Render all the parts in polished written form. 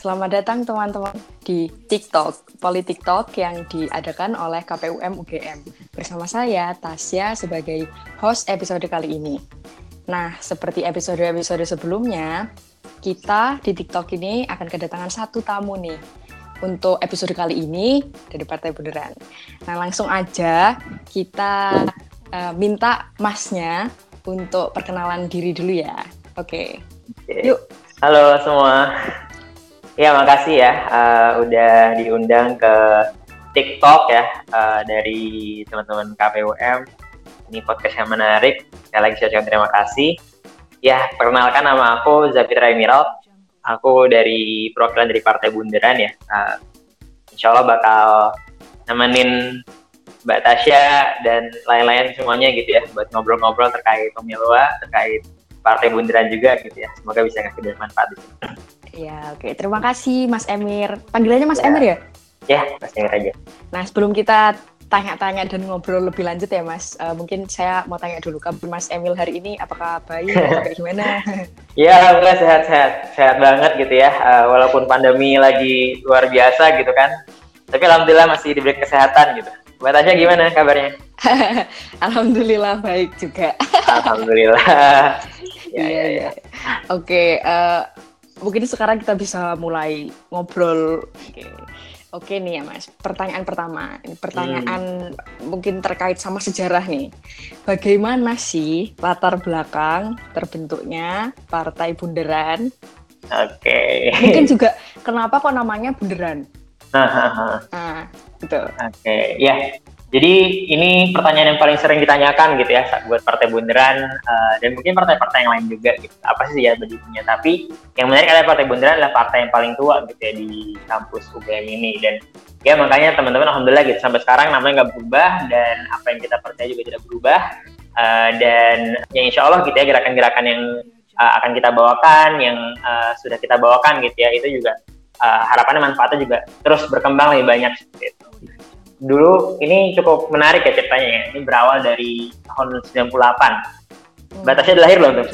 Selamat datang teman-teman di TikTok, Politik Talk yang diadakan oleh KPUM UGM. Bersama saya, Tasya, sebagai host episode kali ini. Nah, seperti episode-episode sebelumnya, kita di TikTok ini akan kedatangan satu tamu nih. Untuk episode kali ini dari Partai Bunderan. Nah, langsung aja kita minta masnya untuk perkenalan diri dulu ya. Oke. Yuk. Halo semua. Ya, makasih ya udah diundang ke TikTok ya dari teman-teman KPUM. Ini podcast yang menarik. Sekali lagi saya ucapkan terima kasih. Ya, perkenalkan nama aku Zapitra Emerald. Aku dari perwakilan dari Partai Bunderan ya. Insya Allah bakal nemenin Mbak Tasya dan lain-lain semuanya gitu ya, buat ngobrol-ngobrol terkait pemilu, terkait Partai Bunderan juga gitu ya. Semoga bisa ngasih manfaat di sini. Ya, oke. Terima kasih Mas Emir. Panggilannya Mas Emir ya? Ya, Mas Emir aja. Nah, sebelum kita tanya-tanya dan ngobrol lebih lanjut ya Mas, mungkin saya mau tanya dulu, kabar Mas Emil hari ini apakah baik atau kayak gimana? Ya, alhamdulillah sehat banget gitu ya. Walaupun pandemi lagi luar biasa gitu kan, tapi alhamdulillah masih diberi kesehatan gitu. Mbak Tasya gimana kabarnya? Alhamdulillah baik juga. Alhamdulillah. Ya. Oke, mungkin sekarang kita bisa mulai ngobrol. Oke nih ya Mas, pertanyaan pertama. Ini pertanyaan mungkin terkait sama sejarah nih. Bagaimana sih latar belakang terbentuknya Partai Bunderan? Oke. Mungkin juga kenapa kok namanya Bunderan? Nah, betul. Oke, ya. Jadi ini pertanyaan yang paling sering ditanyakan gitu ya buat Partai Bunderan dan mungkin partai-partai yang lain juga gitu. Apa sih ya bentuknya? Tapi yang menarik adalah Partai Bunderan adalah partai yang paling tua gitu ya di kampus UGM ini, dan ya makanya teman-teman alhamdulillah gitu sampai sekarang namanya nggak berubah dan apa yang kita percaya juga tidak berubah, dan ya insya Allah gitu ya gerakan-gerakan yang akan kita bawakan, yang sudah kita bawakan gitu ya, itu juga harapannya manfaatnya juga terus berkembang lebih banyak seperti itu. Dulu ini cukup menarik ya ceritanya ya. Ini berawal dari tahun 98. Mbak Tasya udah lahir belum tahun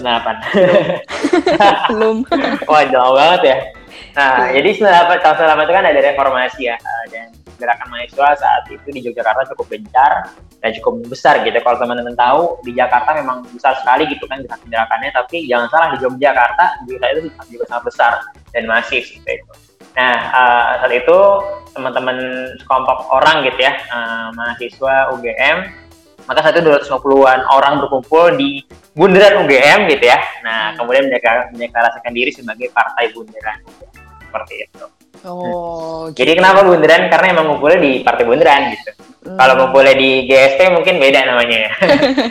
98? Belum. Wah, jauh banget ya. Nah, jadi tahun 98 itu kan ada reformasi ya, dan gerakan mahasiswa saat itu di Yogyakarta cukup gencar dan cukup besar gitu. Kalau teman-teman tahu, di Jakarta memang besar sekali gitu kan gerakannya, tapi jangan salah di Yogyakarta juga itu juga sangat besar dan masif seperti itu. Nah, saat itu teman-teman sekelompok orang gitu ya, mahasiswa UGM, maka saat itu 250-an orang berkumpul di Bunderan UGM gitu ya. Nah, kemudian mendeklarasikan diri sebagai Partai Bunderan. Seperti itu. Oh, gitu. Jadi kenapa Bunderan? Karena emang ngumpulnya di Partai Bunderan gitu. Kalau ngumpulnya di GSP mungkin beda namanya ya.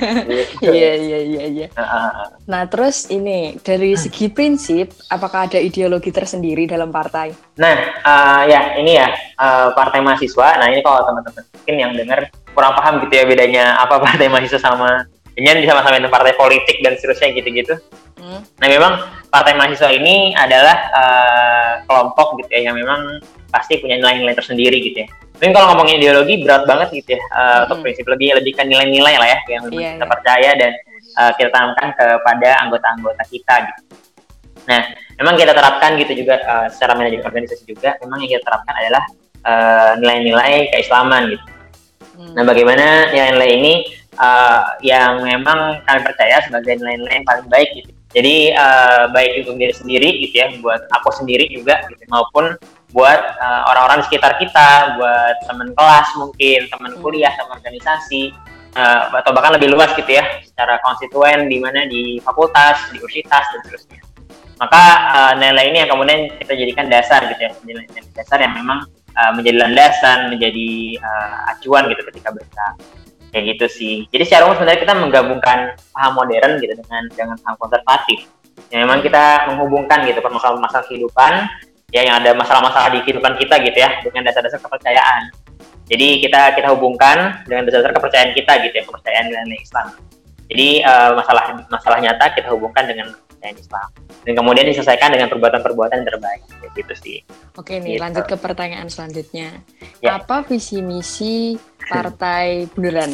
Iya. Nah, terus ini dari segi prinsip, apakah ada ideologi tersendiri dalam partai? Nah, ya ini ya partai mahasiswa. Nah, ini kalau teman-teman mungkin yang dengar kurang paham gitu ya bedanya apa partai mahasiswa sama dengan sama-sama itu partai politik dan seterusnya gitu-gitu. Nah, memang partai mahasiswa ini adalah kelompok gitu ya yang memang pasti punya nilai-nilai tersendiri gitu ya. Mungkin kalau ngomongin ideologi berat banget gitu ya, untuk prinsip lebih kan nilai-nilai lah ya yang memang kita percaya dan kita tanamkan kepada anggota-anggota kita gitu. Nah, memang kita terapkan gitu juga secara manajemen organisasi juga, memang yang kita terapkan adalah nilai-nilai keislaman gitu. Nah, bagaimana nilai-nilai ini yang memang kami percaya sebagai nilai-nilai yang paling baik gitu. Jadi baik untuk diri sendiri gitu ya, buat aku sendiri juga gitu, maupun buat orang-orang di sekitar kita, buat teman kelas mungkin, teman kuliah, teman organisasi, atau bahkan lebih luas gitu ya, secara konstituen di mana di fakultas, di universitas dan seterusnya. Maka nilai ini yang kemudian kita jadikan dasar gitu ya, nilai dasar yang memang menjadi landasan, menjadi acuan gitu ketika bergerak. Kayak gitu sih. Jadi secara umum sebenarnya kita menggabungkan paham modern gitu dengan paham konservatif. Yang memang kita menghubungkan gitu permasalahan-permasalahan kehidupan ya, yang ada masalah-masalah di kehidupan kita gitu ya dengan dasar-dasar kepercayaan. Jadi kita hubungkan dengan dasar-dasar kepercayaan kita gitu ya, kepercayaan nilai Islam. Jadi masalah nyata kita hubungkan dengan kepercayaan Islam. Dan kemudian diselesaikan dengan perbuatan-perbuatan terbaik. Kayak gitu sih. Oke nih, gitu. Lanjut ke pertanyaan selanjutnya. Ya. Apa visi misi Partai Bunderan?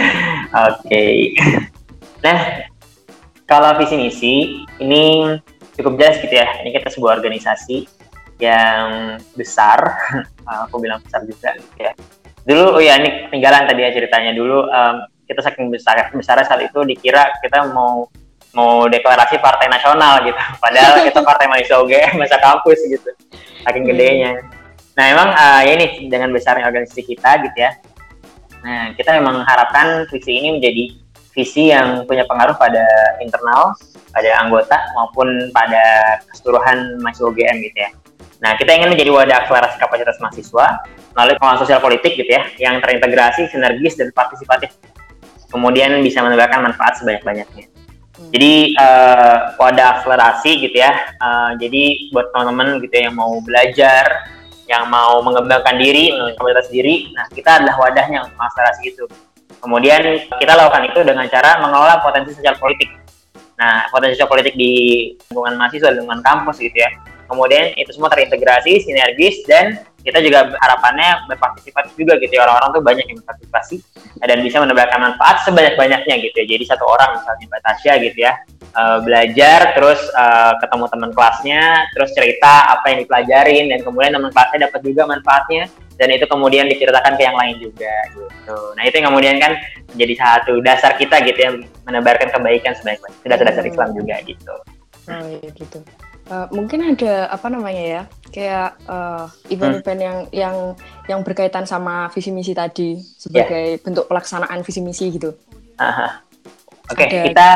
Oke. Nah, kalau visi misi ini cukup jelas gitu ya. Ini kita sebuah organisasi yang besar, aku bilang besar juga gitu ya. Dulu, ini ketinggalan tadi ya ceritanya. Dulu kita saking besar saat itu dikira kita mau deklarasi partai nasional gitu. Padahal kita partai mahasiswa UGM masa kampus gitu. Saking gedenya. Nah emang ya ini dengan besarnya organisasi kita gitu ya. Nah kita memang mengharapkan visi ini menjadi visi yang punya pengaruh pada internal, pada anggota maupun pada keseluruhan mahasiswa UGM gitu ya. Nah kita ingin menjadi wadah akselerasi kapasitas mahasiswa melalui pengelolaan sosial politik gitu ya, yang terintegrasi, sinergis dan partisipatif. Kemudian bisa menebarkan manfaat sebanyak-banyaknya. Jadi wadah akselerasi gitu ya. Jadi buat teman-teman gitu ya, yang mau belajar, yang mau mengembangkan diri, kapasitas diri, nah kita adalah wadahnya untuk akselerasi itu. Kemudian kita lakukan itu dengan cara mengelola potensi sosial politik. Nah, potensi sosial politik di lingkungan mahasiswa, lingkungan kampus gitu ya. Kemudian itu semua terintegrasi, sinergis, dan kita juga harapannya berpartisipatif juga gitu ya. Orang-orang tuh banyak yang berpartisipasi dan bisa menebarkan manfaat sebanyak-banyaknya gitu ya. Jadi satu orang misalnya Mbak Tasya gitu ya, belajar, terus ketemu teman kelasnya, terus cerita apa yang dipelajarin, dan kemudian teman kelasnya dapat juga manfaatnya, dan itu kemudian diceritakan ke yang lain juga gitu. Nah itu yang kemudian kan menjadi satu dasar kita gitu ya, menebarkan kebaikan sebanyak-banyaknya. Sudah dasar Islam juga gitu. Oh iya gitu. Mungkin ada apa namanya ya, kayak event-event yang berkaitan sama visi misi tadi sebagai bentuk pelaksanaan visi misi gitu. Oke,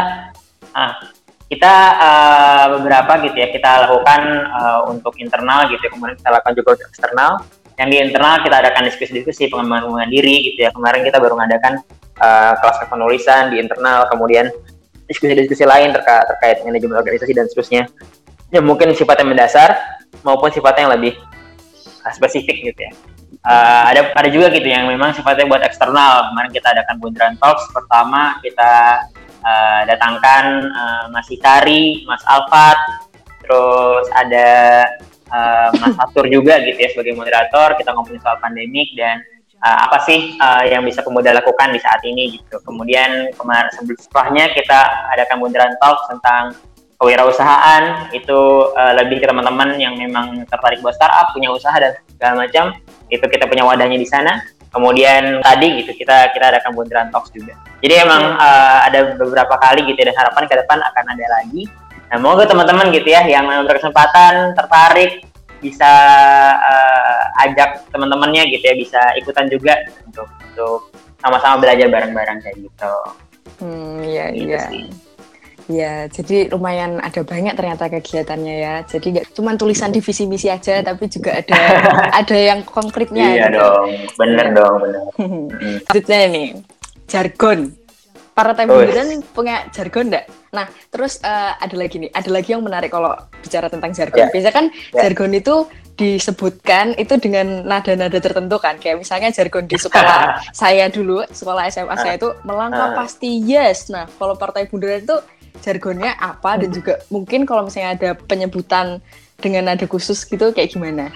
kita beberapa gitu ya kita lakukan untuk internal gitu ya, kemudian kita lakukan juga untuk eksternal. Yang di internal kita adakan diskusi-diskusi pengembangan diri gitu ya. Kemarin kita baru mengadakan kelas penulisan di internal, kemudian diskusi-diskusi lain terkait manajemen organisasi dan seterusnya. Ya mungkin sifatnya mendasar maupun sifatnya yang lebih spesifik gitu ya. Ada juga gitu yang memang sifatnya buat eksternal. Kemarin kita adakan Bundaran Talks. Pertama kita datangkan Mas Hikari, Mas Alfat, terus ada Mas Atur juga gitu ya sebagai moderator. Kita ngomongin soal pandemik dan apa sih yang bisa pemuda lakukan di saat ini gitu. Kemudian setelahnya kita adakan Bundaran Talks tentang kewirausahaan. Itu lebih ke teman-teman yang memang tertarik buat startup, punya usaha dan segala macam. Itu kita punya wadahnya di sana. Kemudian tadi gitu kita adakan Bundaran Talks juga. Jadi emang ada beberapa kali gitu dan harapan ke depan akan ada lagi. Nah, moga teman-teman gitu ya yang berkesempatan, tertarik, bisa ajak teman-temannya gitu ya, bisa ikutan juga untuk sama-sama belajar bareng-bareng kayak gitu. Iya. Ya, jadi lumayan ada banyak ternyata kegiatannya ya. Jadi nggak cuma tulisan di visi misi aja, tapi juga ada yang konkretnya. Iya gitu. Dong, bener. Selanjutnya nih, jargon. Partai Bundaran punya jargon nggak? Nah, terus ada lagi yang menarik kalau bicara tentang jargon. Biasanya kan jargon itu disebutkan itu dengan nada-nada tertentu kan. Kayak misalnya jargon di sekolah saya dulu, sekolah SMA saya itu melangkah pasti yes. Nah, kalau Partai Bundaran itu jargonnya apa, dan juga mungkin kalau misalnya ada penyebutan dengan nada khusus gitu kayak gimana?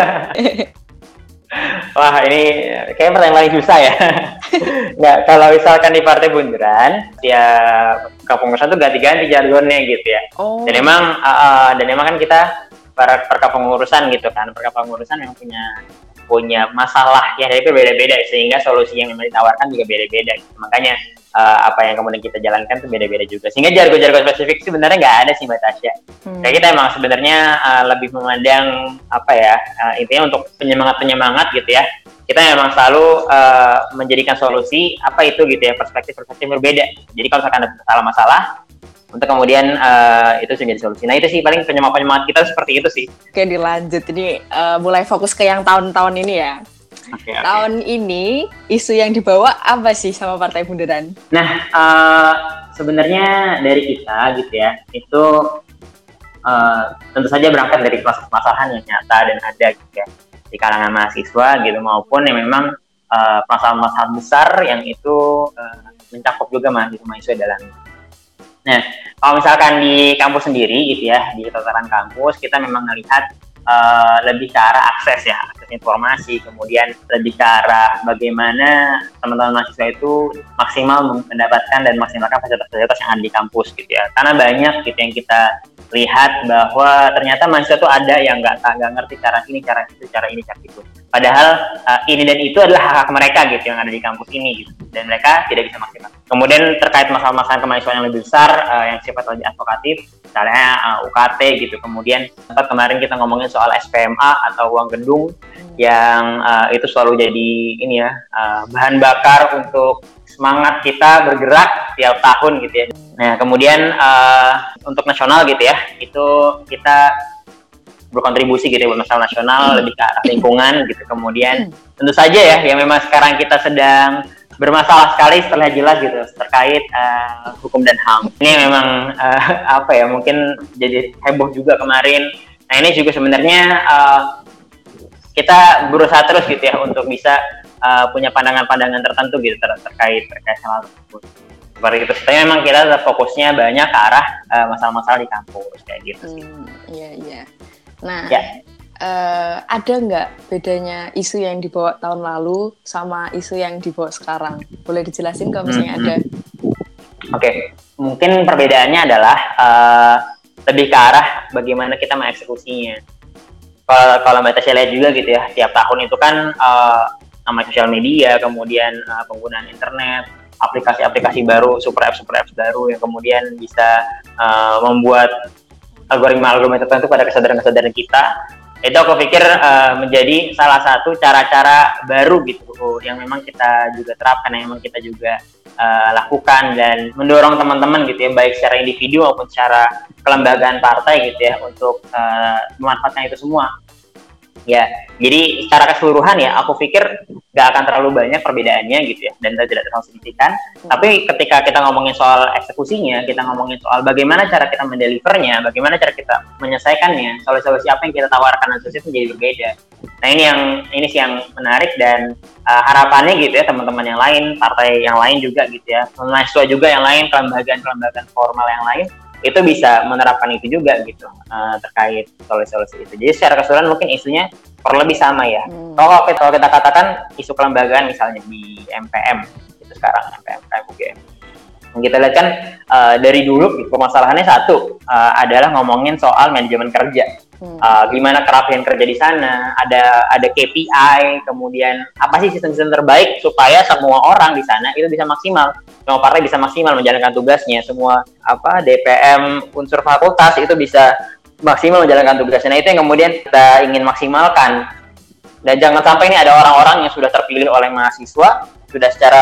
Wah, ini kayaknya pertanyaan paling susah ya. Nggak, kalau misalkan di Partai Bundaran, ya kepengurusan tuh ganti-ganti jargonnya gitu ya. Dan emang kan kita perkepengurusan gitu kan, perkepengurusan yang punya masalah yang dari berbeda-beda, sehingga solusi yang memang ditawarkan juga beda-beda gitu. Makanya apa yang kemudian kita jalankan tuh beda-beda juga, sehingga jargon-jargon spesifik sebenarnya nggak ada sih Mbak Tasya. Kayak kita emang sebenarnya lebih memandang intinya untuk penyemangat gitu ya, kita memang selalu menjadikan solusi apa itu gitu ya, perspektif berbeda. Jadi kalau misalkan ada masalah untuk kemudian itu menjadi solusi. Nah itu sih paling penyemangat kita seperti itu sih. Oke, dilanjut. Ini mulai fokus ke yang tahun-tahun ini ya. Okay. Tahun ini isu yang dibawa apa sih sama Partai Bundaran? Nah sebenarnya dari kita gitu ya, itu tentu saja berangkat dari permasalahan yang nyata dan ada gitu ya di kalangan mahasiswa gitu, maupun yang memang masalah-masalah besar yang itu mencakup juga mahasiswa dalam. Nah, kalau misalkan di kampus sendiri gitu ya, di tataran kampus kita memang melihat lebih ke arah akses akses informasi, kemudian lebih ke arah bagaimana teman-teman mahasiswa itu maksimal mendapatkan dan maksimalkan fasilitas-fasilitas yang ada di kampus gitu ya. Karena banyak gitu yang kita lihat bahwa ternyata mahasiswa itu ada yang nggak ngerti cara ini, cara itu, cara ini, cara itu. Padahal ini dan itu adalah hak-hak mereka gitu yang ada di kampus ini gitu, dan mereka tidak bisa maksimal. Kemudian terkait masalah-masalah kemahasiswaan yang lebih besar yang sifatnya lebih advokatif, misalnya UKT gitu. Kemudian kemarin kita ngomongin soal SPMA atau uang gedung yang itu selalu jadi ini ya bahan bakar untuk semangat kita bergerak tiap tahun gitu ya. Nah kemudian untuk nasional gitu ya, itu kita berkontribusi gitu ya buat masalah nasional, lebih ke arah lingkungan gitu. Kemudian tentu saja ya yang memang sekarang kita sedang bermasalah sekali setelah jelas gitu terkait hukum dan HAM. Ini memang apa ya, mungkin jadi heboh juga kemarin. Nah ini juga sebenarnya kita berusaha terus gitu ya untuk bisa punya pandangan-pandangan tertentu gitu terkait hal tersebut. Seperti itu. Tapi memang kita fokusnya banyak ke arah masalah-masalah di kampus kayak gitu. Iya. Nah, ada nggak bedanya isu yang dibawa tahun lalu sama isu yang dibawa sekarang? Boleh dijelasin kalau misalnya ada? Oke. Mungkin perbedaannya adalah lebih ke arah bagaimana kita mengeksekusinya. Kalau Mbak Tasya lihat juga gitu ya, tiap tahun itu kan namanya sosial media, kemudian penggunaan internet, aplikasi-aplikasi baru, super apps baru yang kemudian bisa membuat algoritma tertentu pada kesadaran kita. Itu aku pikir menjadi salah satu cara-cara baru gitu yang memang kita juga terapkan, yang memang kita juga lakukan, dan mendorong teman-teman gitu ya, baik secara individu maupun secara kelembagaan partai gitu ya, untuk memanfaatkan itu semua. Ya, jadi secara keseluruhan ya, aku pikir nggak akan terlalu banyak perbedaannya gitu ya, dan tidak terlalu signifikan. Tapi ketika kita ngomongin soal eksekusinya, kita ngomongin soal bagaimana cara kita mendelivernya, bagaimana cara kita menyelesaikannya, solusi apa yang kita tawarkan dan solusi itu menjadi berbeda. Nah ini sih yang menarik, dan harapannya gitu ya, teman-teman yang lain, partai yang lain juga gitu ya, mahasiswa juga yang lain, kelembagaan formal yang lain, itu bisa menerapkan itu juga gitu terkait solusi-solusi itu. Jadi secara keseluruhan mungkin isunya kurang lebih sama ya. Kalau kita katakan isu kelembagaan misalnya di MPM itu sekarang MPM UGM, kita lihat kan dari dulu permasalahannya satu adalah ngomongin soal manajemen kerja. Gimana kerapian kerja di sana, ada KPI, kemudian apa sih sistem-sistem terbaik supaya semua orang di sana itu bisa maksimal, semua partai bisa maksimal menjalankan tugasnya, semua DPM unsur fakultas itu bisa maksimal menjalankan tugasnya. Nah itu yang kemudian kita ingin maksimalkan, dan jangan sampai ini ada orang-orang yang sudah terpilih oleh mahasiswa, sudah secara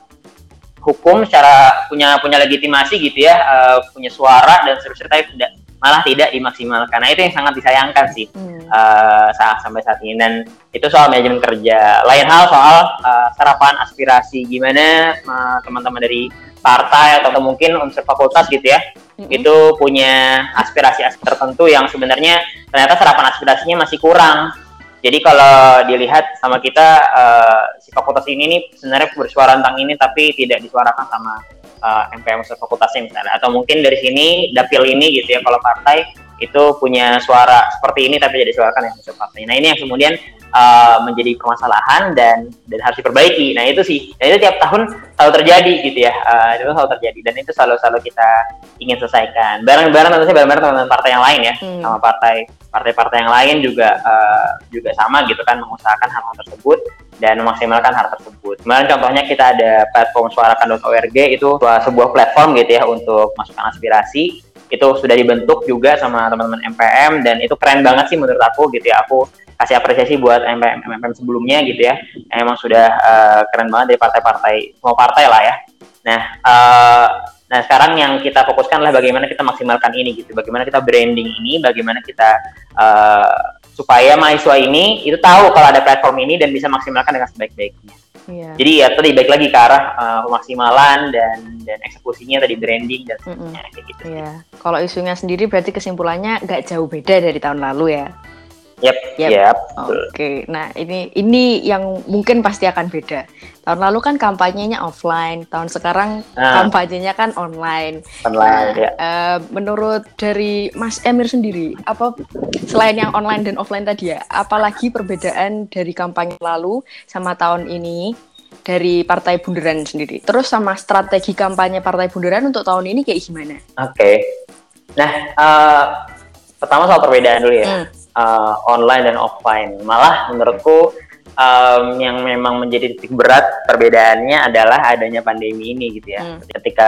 hukum, secara punya legitimasi gitu ya, punya suara dan seterusnya, tapi malah tidak dimaksimalkan. Nah itu yang sangat disayangkan sih sampai saat ini. Dan itu soal manajemen kerja. Lain hal soal serapan aspirasi, gimana teman-teman dari partai atau mungkin unsur fakultas gitu ya, itu punya aspirasi tertentu yang sebenarnya ternyata serapan aspirasinya masih kurang. Jadi kalau dilihat sama kita, si fakultas ini nih sebenarnya bersuara tentang ini tapi tidak disuarakan sama MPM unsur fakultasnya misalnya. Atau mungkin dari sini, dapil ini gitu ya, kalau partai itu punya suara seperti ini tapi tidak disuarakan yang unsur partai. Nah ini yang kemudian menjadi permasalahan dan harus diperbaiki. Nah itu sih, dan itu tiap tahun selalu terjadi gitu ya, itu selalu terjadi, dan itu selalu kita ingin selesaikan bareng-bareng, tentu saja bareng-bareng teman-teman partai yang lain ya, sama partai-partai yang lain juga sama gitu kan, mengusahakan hal-hal tersebut dan memaksimalkan hal tersebut. Kemarin contohnya kita ada platform suarakan.org, itu sebuah platform gitu ya untuk masukkan aspirasi. Itu sudah dibentuk juga sama teman-teman MPM, dan itu keren banget sih menurut aku gitu ya. Aku kasih apresiasi buat MPM sebelumnya gitu ya, emang sudah keren banget dari partai-partai, semua partai lah ya. Nah sekarang yang kita fokuskan adalah bagaimana kita maksimalkan ini gitu, bagaimana kita branding ini, bagaimana kita supaya mahasiswa ini itu tahu kalau ada platform ini dan bisa maksimalkan dengan sebaik-baiknya. Yeah. Jadi ya tadi baik lagi ke arah pemaksimalan dan eksekusinya tadi, branding dan sebagainya kayak gitu. Iya. Kalau isunya sendiri berarti kesimpulannya nggak jauh beda dari tahun lalu ya? Yep. Oke, nah ini yang mungkin pasti akan beda. Tahun lalu kan kampanyenya offline, tahun sekarang kampanyenya kan online. Online, ya. Menurut dari Mas Emir sendiri, apa selain yang online dan offline tadi ya, apalagi perbedaan dari kampanye lalu sama tahun ini dari Partai Bunderan sendiri? Terus sama strategi kampanye Partai Bunderan untuk tahun ini kayak gimana? Oke. Nah, pertama soal perbedaan dulu ya. Online dan offline. Malah menurutku yang memang menjadi titik berat perbedaannya adalah adanya pandemi ini gitu ya. Ketika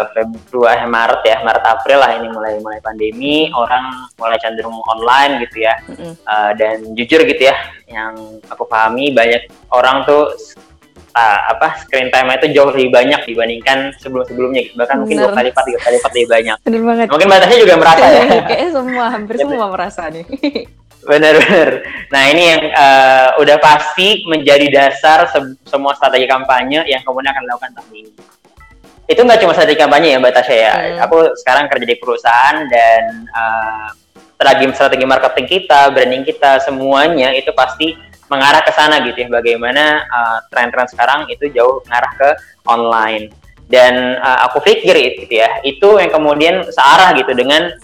Maret April lah ini mulai pandemi, orang mulai cenderung online gitu ya. Dan jujur gitu ya, yang aku pahami banyak orang tuh screen time itu jauh lebih banyak dibandingkan sebelum-sebelumnya gitu. Bahkan mungkin 2 kali lipat, 3 kali lipat lebih banyak. Bener banget. Mungkin batasnya juga merasa ya. Kayaknya hampir semua merasa nih. Benar. Nah ini yang udah pasti menjadi dasar semua strategi kampanye yang kemudian akan dilakukan tahun ini. Itu nggak cuma strategi kampanye ya Mbak Tasya ya. Aku sekarang kerja di perusahaan dan strategi marketing kita, branding kita, semuanya itu pasti mengarah ke sana gitu ya. Bagaimana tren-tren sekarang itu jauh mengarah ke online. Dan aku pikir itu yang kemudian searah gitu dengan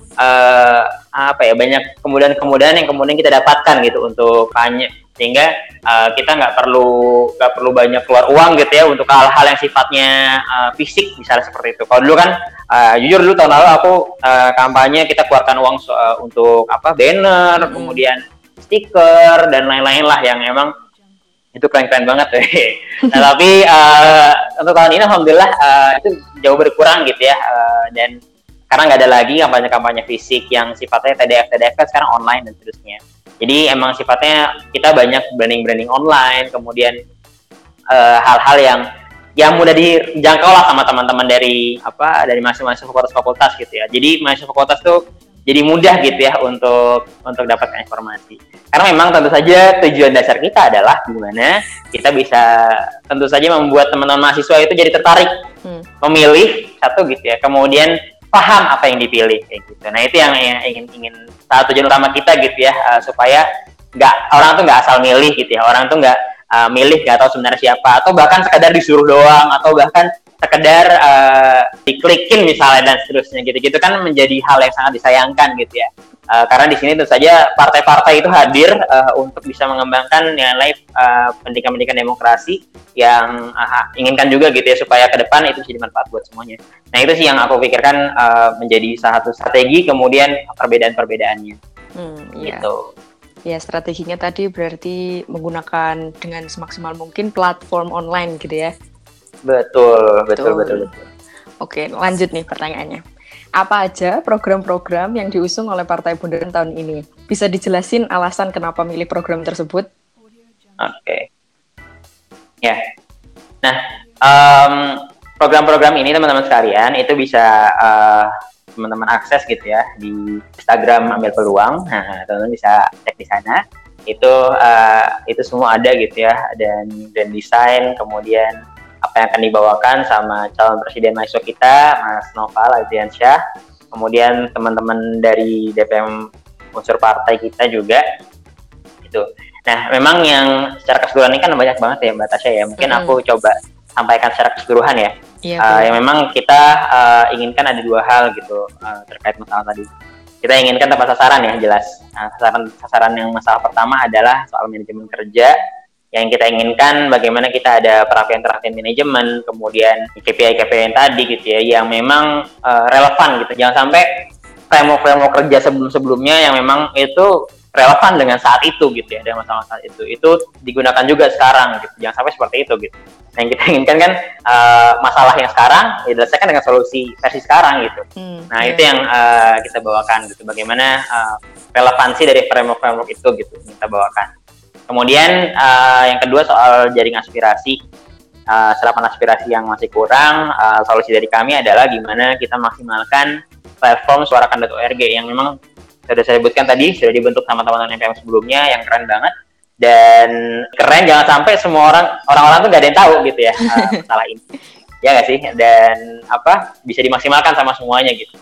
banyak kemudahan yang kemudian kita dapatkan gitu untuk kampanye, sehingga kita nggak perlu banyak keluar uang gitu ya untuk hal-hal yang sifatnya fisik misalnya seperti itu. Kalau dulu kan jujur dulu tahun lalu aku kampanye kita keluarkan uang untuk banner, kemudian stiker dan lain-lain lah yang emang itu keren-keren banget deh. Nah tapi untuk tahun ini alhamdulillah itu jauh berkurang gitu ya, dan karena nggak ada lagi kampanye-kampanye fisik yang sifatnya TDF kan sekarang online dan seterusnya. Jadi emang sifatnya kita banyak branding online, kemudian hal-hal yang mudah dijangkau lah sama teman-teman dari mahasiswa fakultas gitu ya. Jadi mahasiswa fakultas tuh jadi mudah gitu ya untuk dapatkan informasi. Karena memang tentu saja tujuan dasar kita adalah gimana kita bisa tentu saja membuat teman-teman mahasiswa itu jadi tertarik memilih satu gitu ya. Kemudian paham apa yang dipilih kayak gitu. Nah itu yang ingin salah tujuan utama kita gitu ya, supaya orang tuh nggak asal milih gitu ya. Orang tuh nggak milih nggak tahu sebenarnya siapa, atau bahkan sekedar disuruh doang, atau bahkan sekedar diklikin misalnya dan seterusnya gitu kan menjadi hal yang sangat disayangkan gitu ya. Karena di sini tentu saja partai-partai itu hadir untuk bisa mengembangkan nilai pendidikan demokrasi yang inginkan juga gitu ya, supaya ke depan itu jadi manfaat buat semuanya. Nah itu sih yang aku pikirkan menjadi salah satu strategi, kemudian perbedaan-perbedaannya. Gitu. Ya, strateginya tadi berarti menggunakan dengan semaksimal mungkin platform online gitu ya. Betul. Oke, lanjut nih pertanyaannya. Apa aja program-program yang diusung oleh Partai Bunderan tahun ini? Bisa dijelasin alasan kenapa milih program tersebut? Oke. Ya. Nah, program-program ini teman-teman sekalian itu bisa teman-teman akses gitu ya di Instagram Ambil Peluang. Nah, teman-teman bisa cek di sana. Itu semua ada gitu ya, dan desain, kemudian apa yang akan dibawakan sama calon presiden mahasiswa kita, Mas Noval Adriansyah, kemudian teman-teman dari DPM unsur partai kita juga, gitu. Nah, memang yang secara keseluruhan ini kan banyak banget ya Mbak Tasya ya, mungkin aku coba sampaikan secara keseluruhan ya. Yang memang kita inginkan ada 2 hal gitu terkait masalah tadi. Kita inginkan tepat sasaran ya, jelas. Sasaran yang masalah pertama adalah soal manajemen kerja. Yang kita inginkan bagaimana kita ada perhatian manajemen, kemudian KPI yang tadi gitu ya, yang memang relevan gitu. Jangan sampai framework kerja sebelumnya yang memang itu relevan dengan saat itu gitu ya, dengan masalah saat itu digunakan juga sekarang gitu. Jangan sampai seperti itu gitu. Yang kita inginkan kan masalah yang sekarang diselesaikan dengan solusi versi sekarang gitu. Nah itu yang kita bawakan gitu. Bagaimana relevansi dari framework itu gitu kita bawakan. Kemudian yang kedua soal jaring aspirasi, serapan aspirasi yang masih kurang. Solusi dari kami adalah gimana kita maksimalkan platform suarakan.org yang memang sudah saya sebutkan tadi, sudah dibentuk sama teman-teman MPM sebelumnya yang keren banget. Dan keren jangan sampai semua orang-orang tuh nggak ada yang tahu gitu ya masalah ini. Ya nggak sih? Dan bisa dimaksimalkan sama semuanya gitu.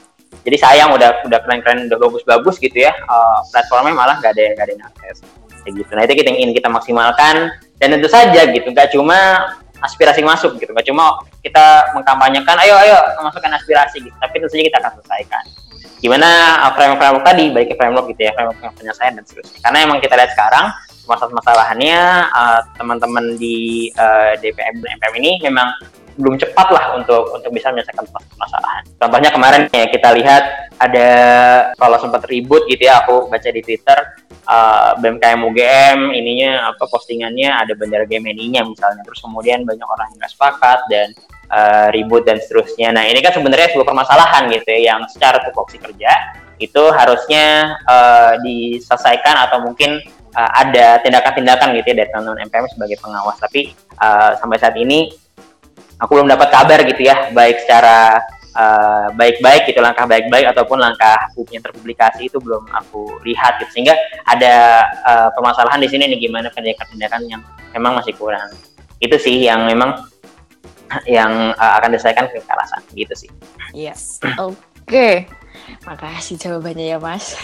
Jadi sayang udah keren-keren, udah bagus-bagus gitu ya, platformnya malah nggak ada yang akses kayak gitu. Nah itu kita ingin kita maksimalkan, dan tentu saja gitu, nggak cuma aspirasi masuk gitu, nggak cuma kita mengkampanyekan ayo masukkan aspirasi gitu, tapi tentu saja kita akan selesaikan. Gimana framework tadi, baik framework gitu ya, framework penyelesaian dan seterusnya. Karena emang kita lihat sekarang masalahnya teman-teman di DPM dan MPM ini memang belum cepat lah untuk bisa menyelesaikan permasalahan. Contohnya kemarin ya kita lihat ada, kalau sempat ribut gitu ya, aku baca di Twitter, BMKM UGM ininya postingannya ada bendera GMNI-nya misalnya, terus kemudian banyak orang yang nggak sepakat dan ribut dan seterusnya. Nah ini kan sebenarnya sebuah permasalahan gitu ya, yang secara tupoksi kerja itu harusnya diselesaikan atau mungkin ada tindakan-tindakan gitu ya dari teman-teman MPM sebagai pengawas. Tapi sampai saat ini aku belum dapat kabar gitu ya, baik secara baik-baik gitu, langkah baik-baik ataupun langkah yang terpublikasi itu belum aku lihat gitu. Sehingga ada permasalahan di sini nih, gimana tindakan-tindakan yang memang masih kurang. Itu sih yang memang yang akan diselesaikan ke arah sana gitu sih. Yes. Oke. Makasih jawabannya ya Mas.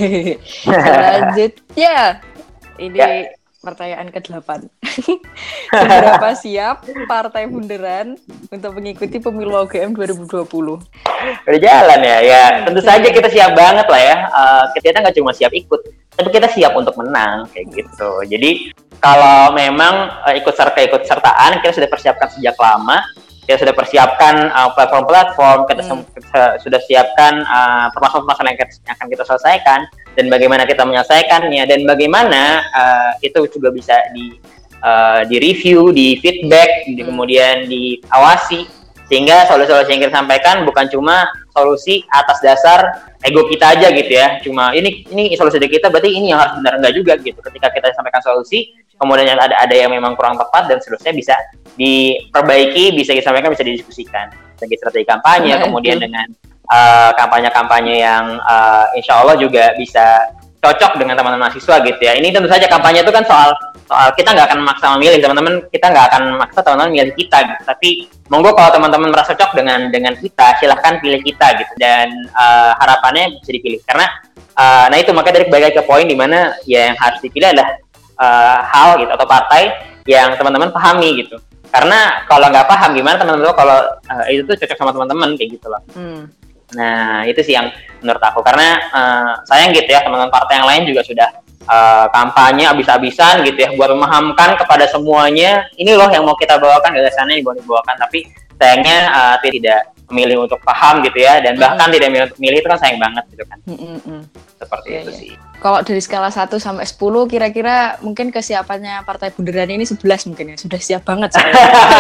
Selanjutnya ini pertanyaan ke-8. Seberapa siap Partai Bunderan untuk mengikuti pemilu UGM 2020? Udah jalan ya. Tentu saja kita siap banget lah ya. Kita nggak cuma siap ikut, tapi kita siap untuk menang kayak gitu. Jadi kalau memang ikut-sertaan kita sudah persiapkan sejak lama. Kita sudah persiapkan platform-platform, kita sudah siapkan permasalahan-permasalahan yang akan kita selesaikan, dan bagaimana kita menyelesaikannya, dan bagaimana itu juga bisa di review, di feedback, kemudian diawasi, sehingga solusi-solusi yang kita sampaikan bukan cuma solusi atas dasar ego kita aja gitu ya, cuma ini solusi dari kita berarti ini yang harus benar, enggak juga gitu. Ketika kita sampaikan solusi, kemudian ada yang memang kurang tepat dan seterusnya, bisa diperbaiki, bisa disampaikan, bisa didiskusikan. Segi strategi kampanye, kemudian dengan kampanye-kampanye yang insya Allah juga bisa cocok dengan teman-teman mahasiswa gitu ya. Ini tentu saja kampanye itu kan soal kita nggak akan memaksa memilih teman-teman, kita nggak akan memaksa teman-teman milih kita gitu. Tapi monggo kalau teman-teman merasa cocok dengan kita, silahkan pilih kita gitu. Dan harapannya bisa dipilih, karena nah itu makanya dari balik ke poin di mana ya yang harus dipilih adalah hal gitu atau partai yang teman-teman pahami gitu. Karena kalau nggak paham, gimana teman-teman tahu kalau itu tuh cocok sama teman-teman kayak gitu loh. Nah itu sih yang menurut aku, karena sayang gitu ya, teman-teman partai yang lain juga sudah kampanye abis-abisan gitu ya, buat memahamkan kepada semuanya, ini loh yang mau kita bawakan, gagasannya yang mau dibawakan, tapi sayangnya tidak memilih untuk paham gitu ya, dan bahkan tidak memilih untuk milih, itu kan sayang banget gitu kan. Seperti itu sih. Kalau dari skala 1 sampai 10 kira-kira mungkin kesiapannya Partai Bunderan ini 11 mungkin ya, sudah siap banget saya.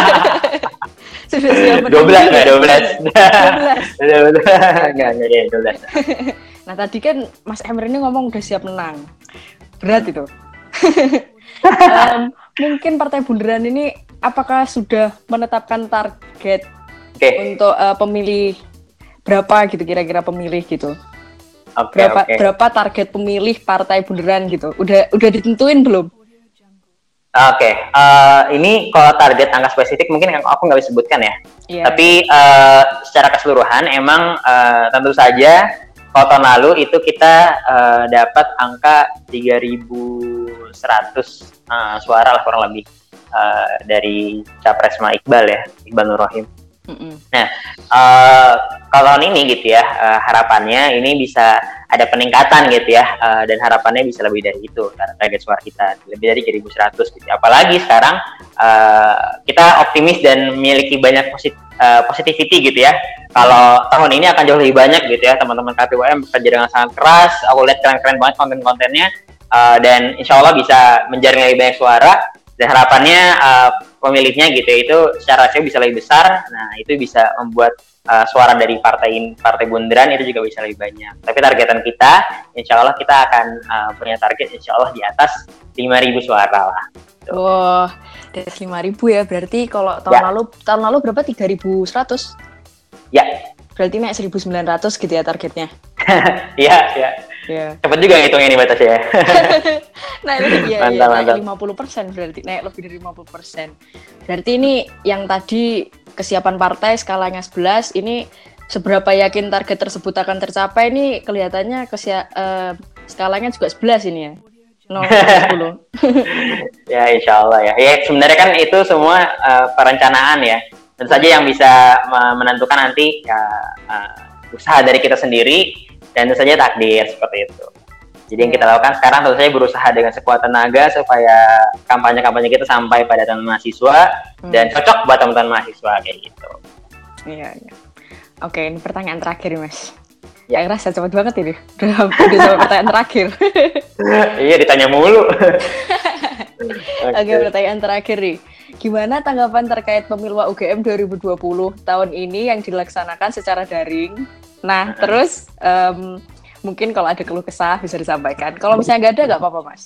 Sudah siap. 12 enggak 12. Enggak 12. Nah tadi kan Mas Emre ini ngomong udah siap menang. Berat itu. Mungkin Partai Bunderan ini apakah sudah menetapkan target untuk pemilih berapa gitu, kira-kira pemilih gitu? Berapa target pemilih Partai Bunderan gitu? Udah ditentuin belum? Ini kalau target angka spesifik mungkin aku nggak bisa sebutkan ya. Tapi secara keseluruhan emang tentu saja kalau tahun lalu itu kita dapat angka 3.100 suara lah kurang lebih dari Capres Iqbal ya, Iqbal Nur Rahim. Nah, kalau tahun ini gitu ya, harapannya ini bisa ada peningkatan gitu ya, dan harapannya bisa lebih dari itu, target suara kita lebih dari 1.100 gitu. Apalagi sekarang kita optimis dan memiliki banyak positivity gitu ya. Kalau tahun ini akan jauh lebih banyak gitu ya, teman-teman KPUM bekerja dengan sangat keras. Aku lihat keren-keren banget konten-kontennya, dan insya Allah bisa menjaring lebih banyak suara. Dan harapannya pemilihnya gitu itu secara rasio bisa lebih besar. Nah itu bisa membuat suara dari partai Bunderan itu juga bisa lebih banyak. Tapi targetan kita, insya Allah kita akan punya target insya Allah di atas 5.000 suara lah. Wah, di atas 5.000 ya. Berarti kalau tahun lalu berapa? 3.100? Ya. Berarti naik 1.900 gitu ya targetnya. Iya. Cepat juga ngitungnya nih batasnya ya. Naik 50% berarti, naik lebih dari 50%. Berarti ini yang tadi kesiapan partai skalanya 11, ini seberapa yakin target tersebut akan tercapai ini kelihatannya skalanya juga 11 ini ya. 0 sampai 10. Ya insya Allah ya. Ya sebenarnya kan itu semua perencanaan ya. Tentu saja yang bisa menentukan nanti ya usaha dari kita sendiri dan tentu saja takdir seperti itu. Jadi yang kita lakukan sekarang tentu saja berusaha dengan sekuat tenaga supaya kampanye-kampanye kita sampai pada teman mahasiswa dan cocok buat teman-teman mahasiswa kayak gitu. Iya. Oke, ini pertanyaan terakhir Mas. Ya. Yang rasa cepet banget ini. Udah sampai pertanyaan terakhir. Iya ditanya mulu. Oke, pertanyaan terakhir nih. Gimana tanggapan terkait pemilu UGM 2020 tahun ini yang dilaksanakan secara daring? Nah, terus mungkin kalau ada keluh kesah bisa disampaikan. Kalau misalnya nggak ada, nggak apa-apa, Mas.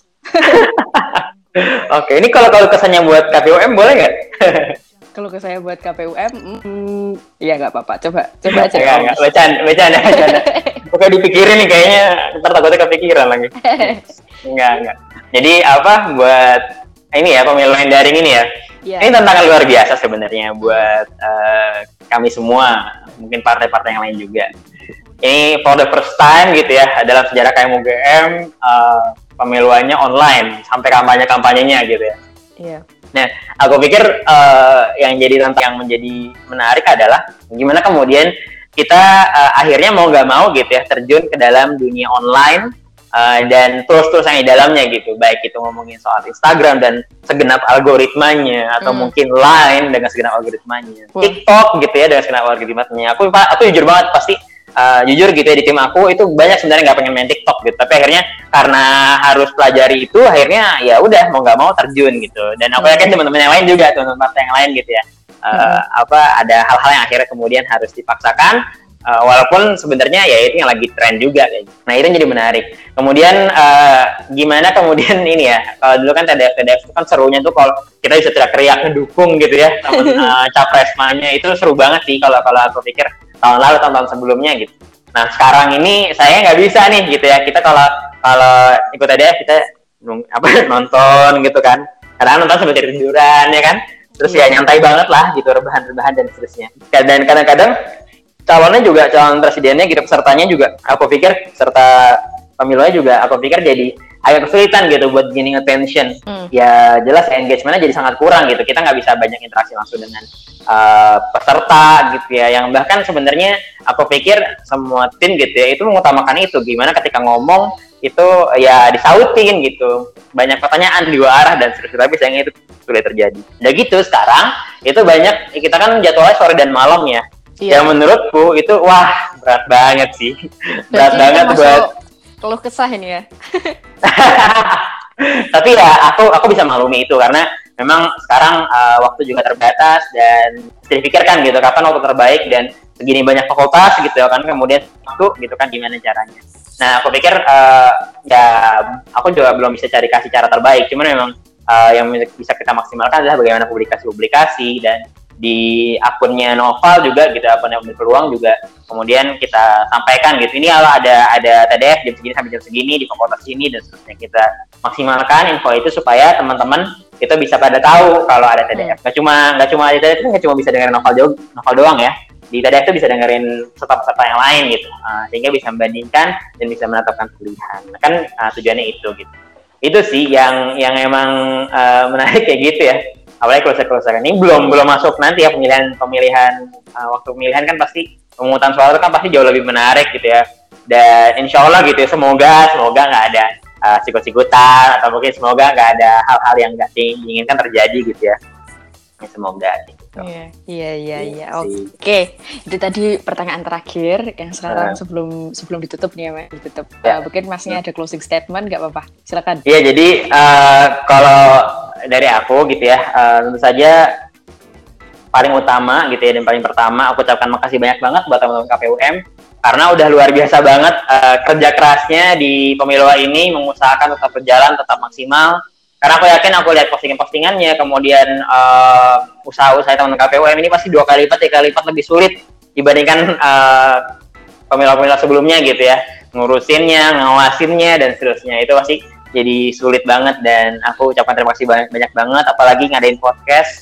Oke, ini kalau kesannya buat KPUM boleh nggak? Kalau ke saya buat KPUM, ya nggak apa-apa. Coba aja. Nggak, bercanda. Bukan dipikirin nih kayaknya, ntar takutnya kepikiran lagi. Enggak. Jadi apa buat ini ya pemilu yang daring ini ya? Yeah. Ini tantangan luar biasa sebenarnya buat kami semua, mungkin partai-partai yang lain juga. Ini for the first time gitu ya dalam sejarah KM UGM pemiluannya online sampai kampanyenya gitu ya. Iya. Nah, aku pikir yang jadi tantangan yang menjadi menarik adalah gimana kemudian kita akhirnya mau nggak mau gitu ya terjun ke dalam dunia online dan tools-tools yang di dalamnya gitu, baik itu ngomongin soal Instagram dan segenap algoritmanya atau mungkin Line dengan segenap algoritmanya, TikTok gitu ya dengan segenap algoritmanya. Aku jujur banget pasti jujur gitu ya di tim aku itu banyak sebenarnya nggak pengen main TikTok gitu, tapi akhirnya karena harus pelajari itu akhirnya ya udah mau nggak mau terjun gitu. Dan aku yakin teman-teman yang lain juga, teman-teman partai yang lain gitu ya, ada hal-hal yang akhirnya kemudian harus dipaksakan walaupun sebenarnya ya itu yang lagi tren juga kayak gitu. Nah itu jadi menarik. Kemudian gimana kemudian ini ya, kalau dulu kan TDF itu kan serunya tuh kalau kita bisa teriak-teriak ngedukung gitu ya teman capres-nya, itu seru banget sih kalau aku pikir tahun lalu, tahun-tahun sebelumnya gitu. Nah sekarang ini saya nggak bisa nih gitu ya, kita kalau ikut TDF kita nonton gitu kan, kadang nonton sambil tiduran ya kan, terus ya nyantai banget lah gitu, rebahan dan seterusnya. Dan kadang-kadang calon presidennya gitu, pesertanya juga aku pikir serta pemilunya juga aku pikir jadi agak kesulitan gitu buat gaining attention. Ya jelas engagementnya jadi sangat kurang gitu, kita nggak bisa banyak interaksi langsung dengan peserta gitu ya, yang bahkan sebenarnya aku pikir semua tim gitu ya itu mengutamakan itu, gimana ketika ngomong itu ya disautin gitu, banyak pertanyaan di dua arah dan seterusnya, tapi sayangnya itu sulit terjadi. Udah gitu sekarang itu banyak, kita kan jadwalnya sore dan malam ya. Iya. Yang menurutku itu wah berat banget sih. Berat banget buat keluh kesah ini ya. Tapi ya aku bisa maklumi itu karena memang sekarang waktu juga terbatas dan dipikirkan gitu kapan waktu terbaik dan segini banyak fakultas gitu kan, kemudian waktu gitu kan gimana caranya. Nah aku pikir ya aku juga belum bisa kasih cara terbaik, cuman memang yang bisa kita maksimalkan adalah bagaimana publikasi dan di akunnya Noval juga gitu, akun yang berpeluang juga kemudian kita sampaikan gitu, ini kalau ada TDF jam segini sampai jam segini di fakultas ini dan seterusnya, kita maksimalkan info itu supaya teman-teman itu bisa pada tahu kalau ada TDF. Nggak cuma di TDF itu nggak cuma bisa dengerin Noval doang ya, di TDF itu bisa dengerin peserta-peserta yang lain gitu, sehingga bisa membandingkan dan bisa menetapkan pilihan. Kan tujuannya itu gitu. Itu sih yang emang menarik kayak gitu ya. Apalagi closer ini belum masuk nanti ya pemilihan waktu pemilihan kan pasti pemungutan suara kan pasti jauh lebih menarik gitu ya. Dan insya Allah gitu ya, semoga nggak ada sikut-sikutan atau mungkin semoga nggak ada hal-hal yang nggak diinginkan terjadi gitu ya. Semoga gitu. Iya. Oke. Itu tadi pertanyaan terakhir yang sekarang sebelum ditutup nih ya, Mas. Ditutup. Mungkin Masnya ada closing statement, nggak apa-apa. Silakan. Iya, jadi kalau dari aku gitu ya, tentu saja paling utama gitu ya dan paling pertama aku ucapkan makasih banyak banget buat teman-teman KPUM karena udah luar biasa banget kerja kerasnya di pemilu ini, mengusahakan tetap berjalan, tetap maksimal. Karena aku yakin aku lihat postingan-postingannya, kemudian usaha-usaha teman-teman KPUM ini pasti 2 kali lipat, 3 kali lipat lebih sulit dibandingkan pemilu-pemilu sebelumnya gitu ya. Ngurusinnya, ngawasinnya, dan seterusnya. Itu pasti jadi sulit banget dan aku ucapkan terima kasih banyak banget, apalagi ngadain podcast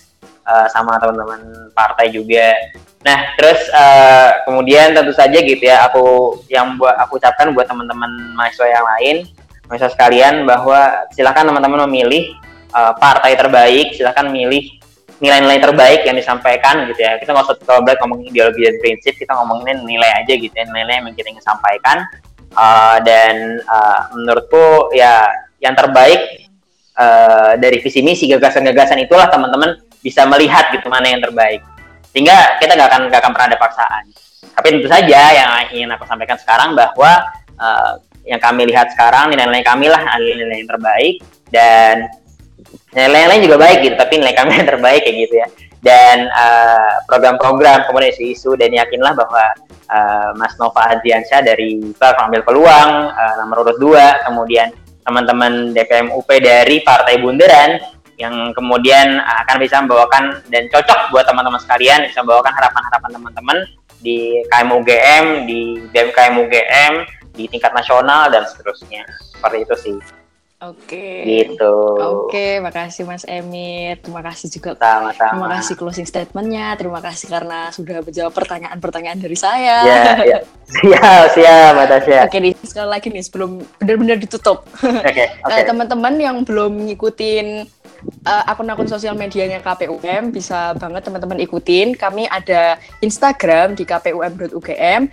sama teman-teman partai juga. Nah, terus kemudian tentu saja gitu ya, aku ucapkan buat teman-teman mahasiswa yang lain, mahasiswa sekalian, bahwa silakan teman-teman memilih partai terbaik, silakan milih nilai-nilai terbaik yang disampaikan gitu ya. Kita nggak usah terlalu banyak ngomongin ideologi dan prinsip, kita ngomongin nilai aja gitu ya, nilai yang kita ingin sampaikan. Dan menurutku ya yang terbaik dari visi misi, gagasan-gagasan itulah teman-teman bisa melihat gitu mana yang terbaik, sehingga kita nggak akan pernah ada paksaan. Tapi tentu saja yang ingin aku sampaikan sekarang bahwa yang kami lihat sekarang, nilai-nilai kami lah nilai-nilai yang terbaik, dan nilai lain juga baik gitu, tapi nilai kami yang terbaik kayak gitu ya. Dan program-program kemudian isu-isu, dan yakinlah bahwa Mas Nova Adriansyah dari Platform Ambil Peluang nomor urut 2, kemudian teman-teman DPM UP dari Partai Bunderan yang kemudian akan bisa membawakan dan cocok buat teman-teman sekalian, bisa membawakan harapan-harapan teman-teman di KM UGM, di BMKM UGM, di tingkat nasional dan seterusnya. Seperti itu sih. Oke. Gitu. Oke, makasih Mas Emir. Terima kasih juga. Sama-sama. Terima kasih closing statement-nya. Terima kasih karena sudah menjawab pertanyaan-pertanyaan dari saya. Ya. Siap, Mbak Tasya. Oke, sekali lagi nih sebelum benar-benar ditutup. Oke. Teman-teman yang belum ngikutin akun-akun sosial medianya KPUM, bisa banget teman-teman ikutin. Kami ada Instagram di kpum.ugm,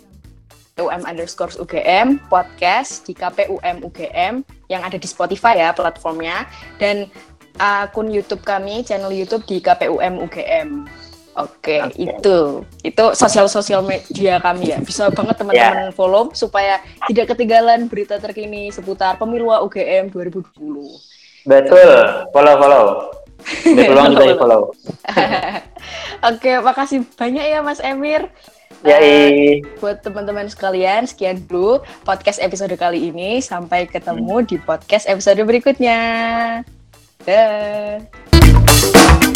KPUM_UGM, podcast di KPUM UGM yang ada di Spotify ya platformnya, dan akun YouTube kami, channel YouTube di KPUM UGM. Oke. Itu sosial media kami ya. Bisa banget teman-teman follow supaya tidak ketinggalan berita terkini seputar pemilu UGM 2020. Betul, follow. Berpeluang juga di follow. Oke, makasih banyak ya Mas Emir. Buat teman-teman sekalian, sekian dulu podcast episode kali ini. Sampai ketemu di podcast episode berikutnya. Dah.